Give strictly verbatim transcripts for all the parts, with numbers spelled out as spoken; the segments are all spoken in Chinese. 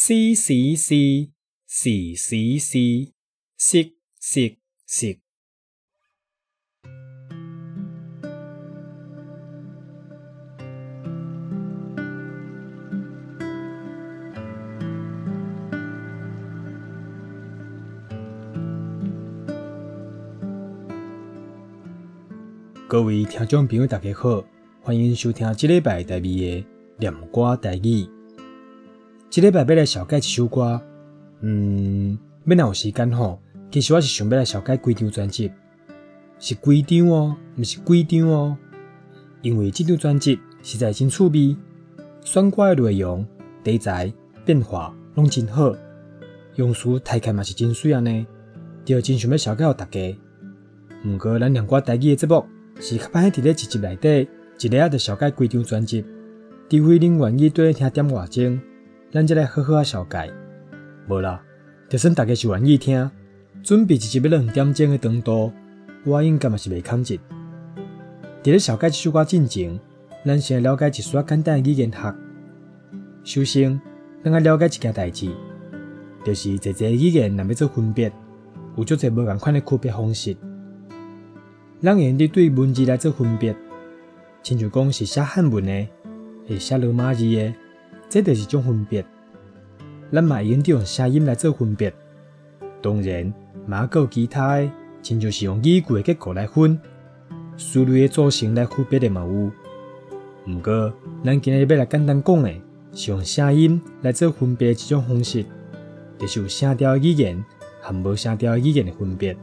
C C C C C C C C C。各位听众朋友大家好，欢迎收听这礼拜台语的念歌台语。这礼拜要来小解一首歌，嗯，要若有时间吼，其实我是想要来小解规张专辑，是规张哦，不是几张哦，因为这张专辑实在真趣味，选歌的内容、题材、变化拢真好，用词听起来嘛是真水安尼，就真想要小解给大家。不过咱念歌台语的节目是较歹伫咧一集内底，一个仔就小解规张专辑。除非恁愿意对听点外钟，咱才来好好啊小解。无啦，就算大家是愿意听，准备一集要两点钟的长度，我应该嘛是袂抗拒。伫咧小解这首歌进前，咱先来了解一撮简单的语言学。首先，咱要了解一件代志，就是一个语言若要做分别，有足侪无共款的区别方式。咱会用伫对文字来做分别，亲像讲是写汉文的，是写罗马字的，这就是一种分别。咱嘛会用伫用声音来做分别，当然嘛还有其他的，亲像是用语句的结构来分，词类的组成来区别的嘛有。不过，咱今日要来简单讲的，是用声音来做分别的一种方式，就是有声调的语言和无声调的语言的分别。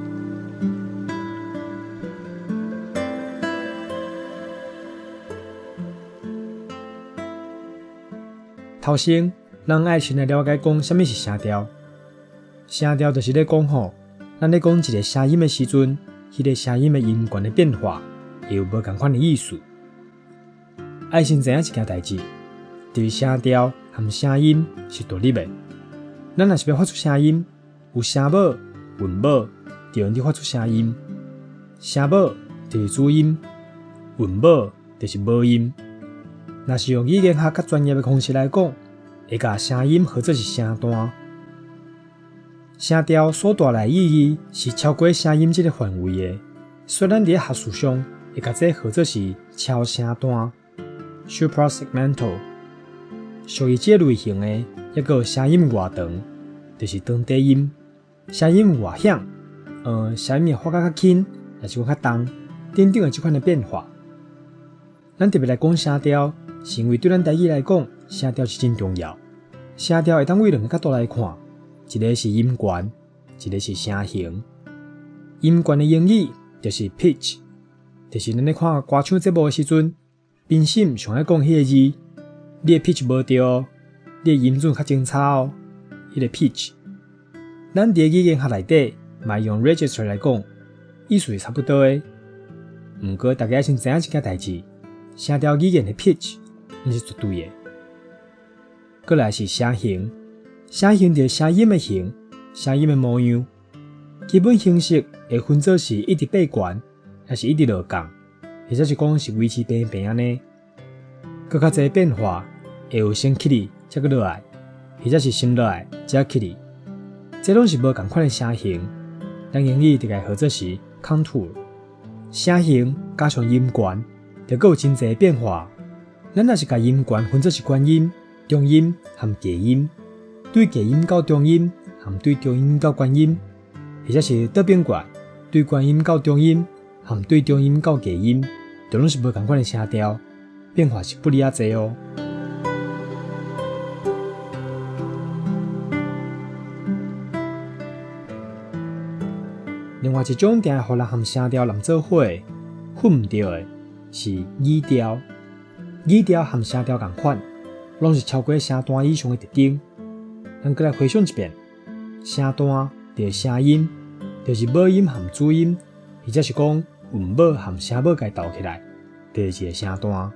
头先，咱爱先来了解讲什么是声调。声调就是咧讲吼，咱咧讲一个声音的时阵，迄个声音的音源的变化会有无共款的意思。爱先知影一件代志，就是声调和声音是独立的。咱若是要发出声音，有声母、韵母，就用伫发出声音。声母就是主音，韵母就是母音。若是用语言学较专业的方式来讲，会甲声音或者是声段。声调所带来的意义是超过声音这个范围的，所以咱伫学术上会甲这或者是超声段 （suprasegmental）。属于这类型的，还有声音外长，就是长低音；声音外响，呃，声音会发较较轻，还是讲较重，等等的这款的变化。咱特别来讲声调。是因为对咱台语来讲，声调是真重要。声调会当为两个角度来看，一个是音源，一个是声型。音源的英语就是 pitch， 就是咱咧看歌唱节目的时阵，评审上爱讲迄个字，你的 pitch 无对哦，你的音准较精差哦，迄个 pitch。咱伫语言学内底，嘛用 register 来讲，意思是差不多的。不过大家先知影一件代志，声调语言的 pitch。那是绝对的。再来是声型，声型就是声音的型，声音的模样。基本形式会分作是一直爬悬，还是一直落降，或者是讲是维持平平安尼。更较侪变化会有先起哩，再搁落来，或者是先落来再起哩。这拢是无共款的声型，咱英语就该号做是 contour。声型加上音源，就搁有真侪变化。咱若是把音源分作是关音、中音和低音，对低音到中音和对中音到关音，或者是倒变过来，对关音到中音和对中音到低音，都拢是无同款的声调，变化是不离啊侪哦。另外一种定会互人和声调连做伙，混唔掉的是语调。语调和声调同款，拢是超过声段以上的特征。咱再来回想一遍，声段就是声音，就是母音和主音，或者是讲韵母和声母该斗起来，就是一个声段。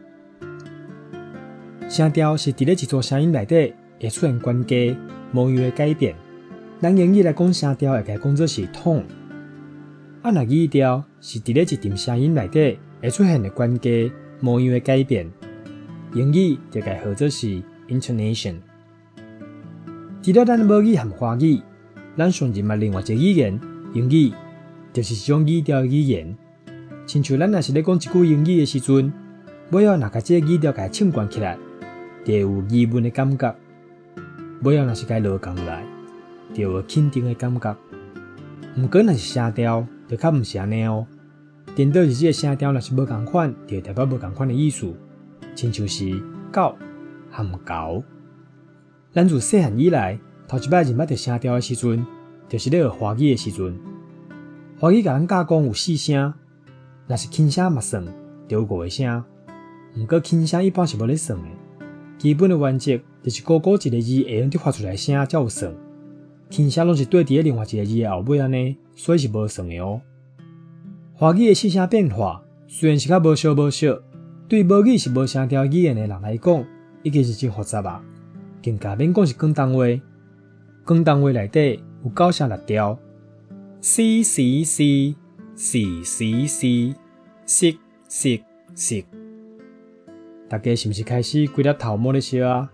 声调是伫咧一组声音内底会出现关节、模样的改变。咱英语来讲，声调会该讲做是 tone。啊，若语调是伫咧一阵声音内底会出现的关节、模样的改变。英语就该号做是 intonation。 除了咱母语和华语，咱上入嘛另外一个语言英语，就是一种语调的语言。亲像咱若是咧讲一句英语的时阵，尾后若甲这个语调甲唱悬起来，就会有疑问的感觉；尾后若是甲落降来，就有肯定的感觉。毋过若是声调，就较毋是安尼哦。颠倒是这个声调若是无共款，就代表无共款的意思。亲像是狗和狗。咱自细汉以来，头一摆认捌着声调的时阵，就是咧学华语的时阵。华语甲咱教讲有四声，若是轻声嘛算，就有五个声。毋过轻声一般是无咧算的，基本的原则就是高高一个字会用得发出来声才有算。轻声拢是对伫咧另外一个字的后尾安尼，所以是无算的哦。华语的四声变化虽然是较无小无小，对母语是无声调语言的人来讲，已经是真复杂啊。更加免讲是广东话，广东话内底有九声六调 ，c c c c c c c c c。大家是毋是开始规粒头毛咧烧啊？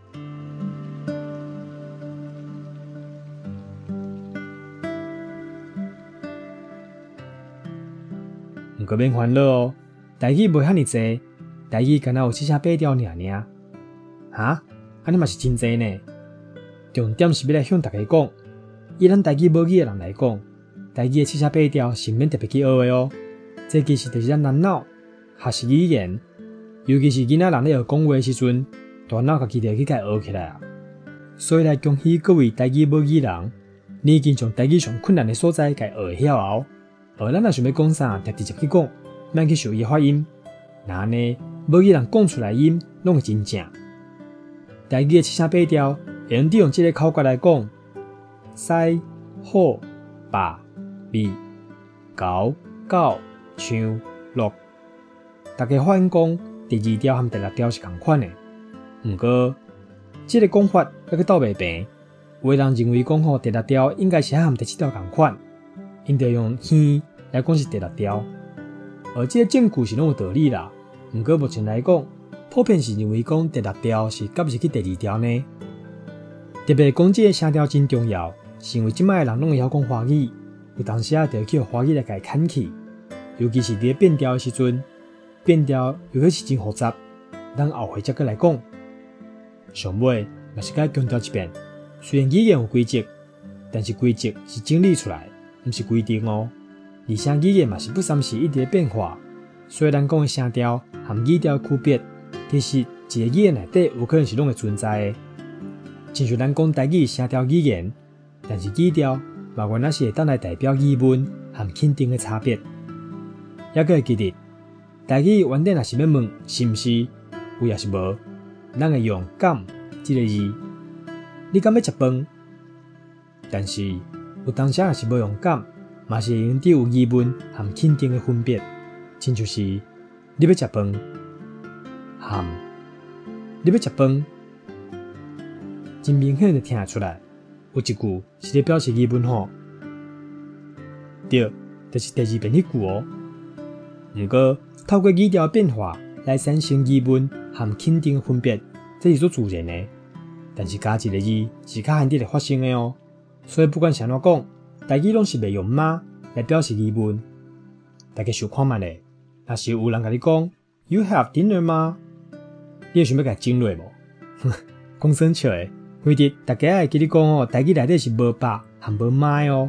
毋过免烦恼哦，台语无遐尼济，台语敢若有七声八调尔尔。哈？安尼嘛是真济呢。重点是要来向大家讲，以咱台语母语的人来讲，台语的七声八调是免特别去学的哦。这其实就是咱人脑学习语言，尤其是囡仔人咧学讲话的时阵，大脑家己就去甲学起来啊。所以来恭喜各位台语母语人，你已经将台语上困难的所在甲学会晓后，而咱若想要讲啥，就直接去讲，免去受伊发音。那安尼母语人讲出来音，拢会真正。台语的七声八调，会用得用这个口诀来讲：西、好、白、味、高、高、唱、落。大家发现讲，第二调和第六调是同款的。不过，这个讲法还佫斗袂平。有的人认为讲吼第六调应该是和第七调同款，因就用哼来讲是第六调。而这个证据是拢有道理啦。不过目前来讲，普遍是认为讲第六调是甲入去第二调呢。特别讲这个声调真重要，是因为即摆的人拢会晓讲华语，有当时啊就会去用华语来甲伊牵去，尤其是伫咧变调的时阵，变调尤其是真复杂，咱后回再过来讲。上尾嘛是甲强调一遍，虽然语言有规则，但是规则是整理出来，毋是规定哦。而且语言嘛是不三时一直在变化，所以咱讲的声调和语调的区别，其实一个语言内底有可能是拢会存在的。亲像咱讲台语声调语言，但是语调嘛原来是会当来代表疑问和肯定的差别。还佫会记得，台语原底若是要问是毋是，有也是无，咱会用敢这个字。你敢要食饭？但是有当时若是无用敢，嘛是会用得有疑问和肯定的分别。亲像是你要食饭，和你要食饭。真明显就听得出来，有一句是咧表示疑问吼，对，就是第二遍迄句哦。不过透过语调变化来产生疑问和肯定的分别，这是做自然的。但是加一个字是较罕得会发生的哦。所以不管是安怎讲，台语拢是袂用吗来表示疑问。大家想看觅咧，若是有人甲你讲 ，You have dinner 吗？你有想要甲整落无？讲生笑的。为着大家会记你讲哦，台语内底是无饱和无买哦。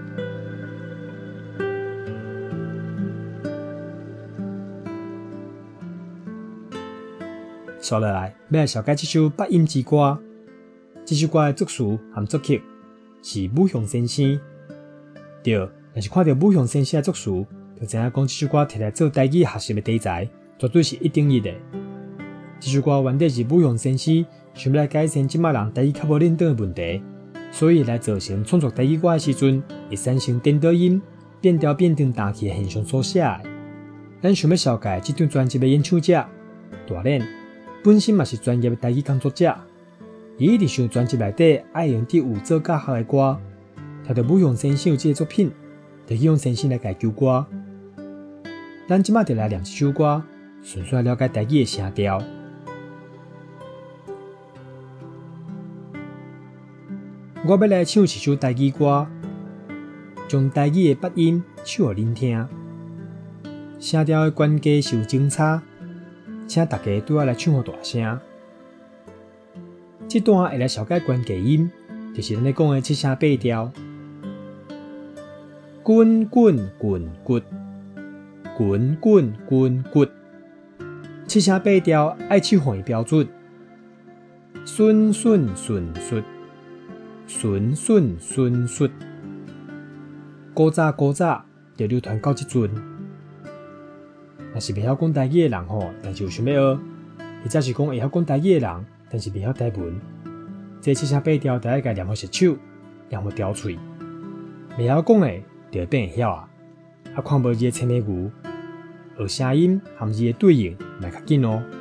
接落来要来小解这首八音之歌。这首歌的作词和作曲是武雄先生。对，若是看到武雄先生的作词，就知影讲这首歌摕来做台语学习的题材，绝对是一定一的。这首歌原底是武雄先生想要来改善即摆人台语较无认得的问题，所以来造成创作台语歌的时阵，会产生颠倒音、变调变长弹去的现象所写的。咱想要了解这张专辑的演唱者大练，本身嘛是专业的台语工作者，伊一直想专辑内底爱用得有做教学的歌，听到武雄先生有这个作品，就去用先生来解求歌。咱即摆就来念这首歌，顺续了解台语的声调。 我要来唱一首台语歌，将台语的发音唱予恁听。声调的关键是有精差，请大家对我来唱予大声。这段会来小解关键音，就是咱咧讲的七声八调。滚滚滚滚，滚滚滚滚，七声八调爱唱会标准。顺顺顺顺，顺顺顺顺。古早古早就流传到即阵。若是袂晓讲台语的人吼，但是有想要学，或者是讲会晓讲台语的人，但是袂晓台文，这七声八调大家家念好熟手，念好调喙。袂晓讲的就会变会晓啊！啊，看无字的青眉牛，学声音含字的对应，来较紧哦。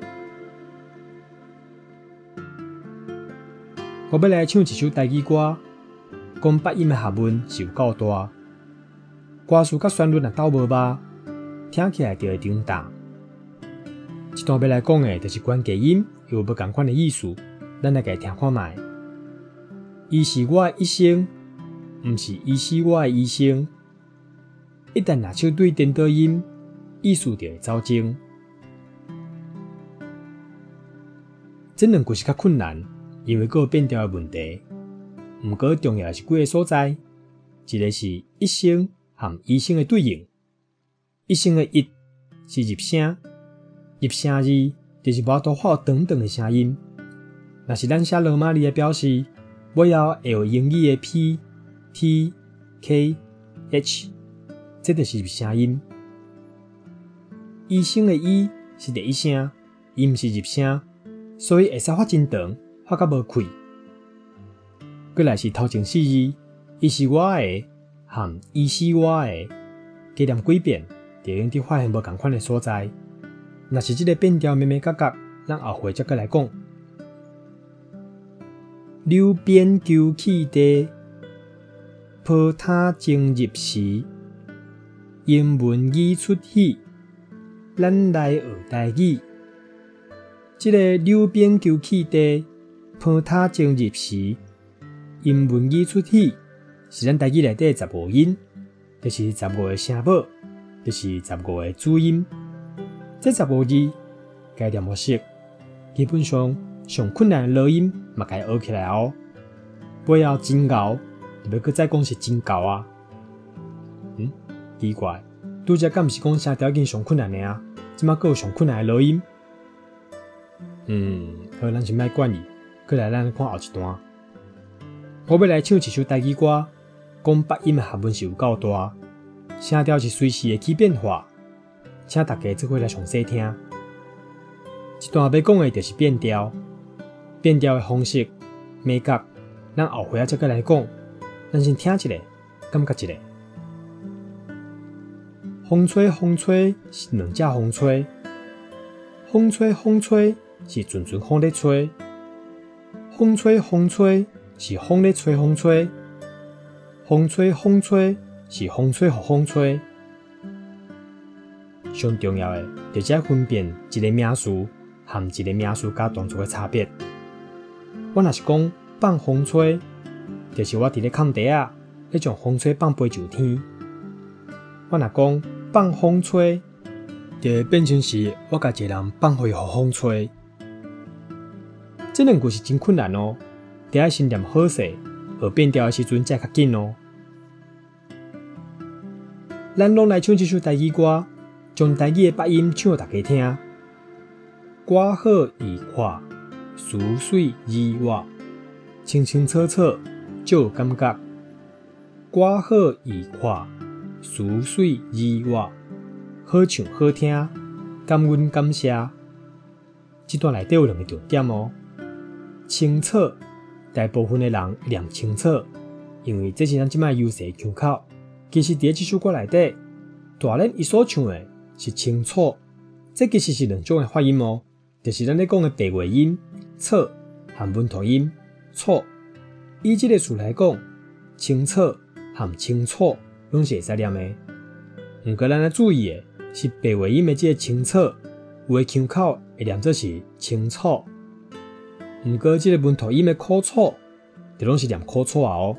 我要来唱一首台语歌，讲发音的学问是有够大，歌词甲旋律若斗无吧，听起来就会重大。这段要来讲的，就是关键音有无同款的意思，咱来家听看卖。伊是我的一生，毋是伊是我的医生。一旦若唱对颠倒音，意思就会走精。这两句是较困难。因为有变调的问题，毋过重要的是几个所在，一个是一声和医生的对应。一声的一是入声，入声字就是无多发长长的声音。若是咱写罗马字的表示，尾后会有英语的 P、T、K、H， 这就是入声音。医生的医是第一声，伊毋是入声，所以会使发真长。发甲无开，过来是头前四字，伊是我的，和伊是我的，加念几遍，就用伫发现无同款的所在。若是这个变调咩咩角角，咱后回再过来讲。流边求起地，波塔正入时，英文语出戏，咱来学台语。这个流边求起地。波塔正入时，因文语出戏，是咱台语内底十五音，就是十五个声母，就是十五个主音。这十五字该念模式，基本上上困难的落音嘛，该学起来哦。背后真厚，就要搁再讲是真厚啊。嗯，奇怪，拄则敢毋是讲声调已经上困难的啊？即马搁有上困难的落音？嗯，好，咱先莫管伊。过来，咱看后一段。我要来唱一首台语歌，讲发音的学问是有够大，声调是随时会起变化，请大家做伙来详细听。这段要讲的就是变调，变调的方式、美角，咱后回啊再过来讲。咱先听一下，感觉一下。风吹风吹是两只风吹，风吹风吹是阵阵风咧吹。风吹风吹是风咧吹风吹，风吹风吹是风吹予风吹。上重要的就是要分辨一个名词和一个名词加动作的差别。我若是讲放风吹，就是我伫咧崁地啊，咧将风吹放飞上天。我若讲放风吹，就会变成是我甲一个人放飞予风吹。这两句是真困难哦，得要先念好势，学变调的时阵才较紧哦。咱拢来唱这首台语歌，将台语的发音唱予大家听。歌好意快，词水意活，清清楚楚，就有感觉。歌好意快，词水意活，好唱好听，感恩感谢。这段内底有两个重点哦。清楚，大部分的人念清楚，因为这是咱即摆优势腔口。其实伫这首歌内底，大人伊所唱的是清楚，这其实是两种的发音哦，就是咱咧讲的白话音楚和文头音错。以这个词来讲，清楚和清楚拢是会使念的。不过咱要注意的是白话音的这个清楚，有的腔口会念做是清楚。不过这个文头音的苦楚， 就拢是念口错哦。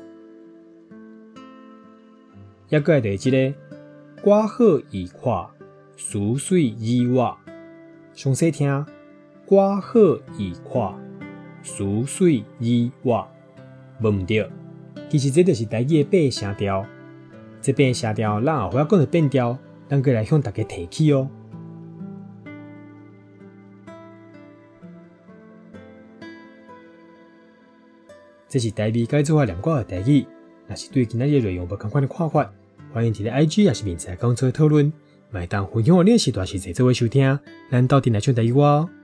抑个第一个，歌好易看，词水易画。详细听，歌好易看，词水易画。无毋对，其实这就是台语的八个声调。这八个声调，咱后尾讲到变调，咱过来向大家提起哦。这是台语改做法念歌的台语。若是对今仔日的内容无同款的看法，欢迎伫咧 I G 也是面册讲做讨论，买当分享我练习大时节做位收听，咱到底来唱台语哦。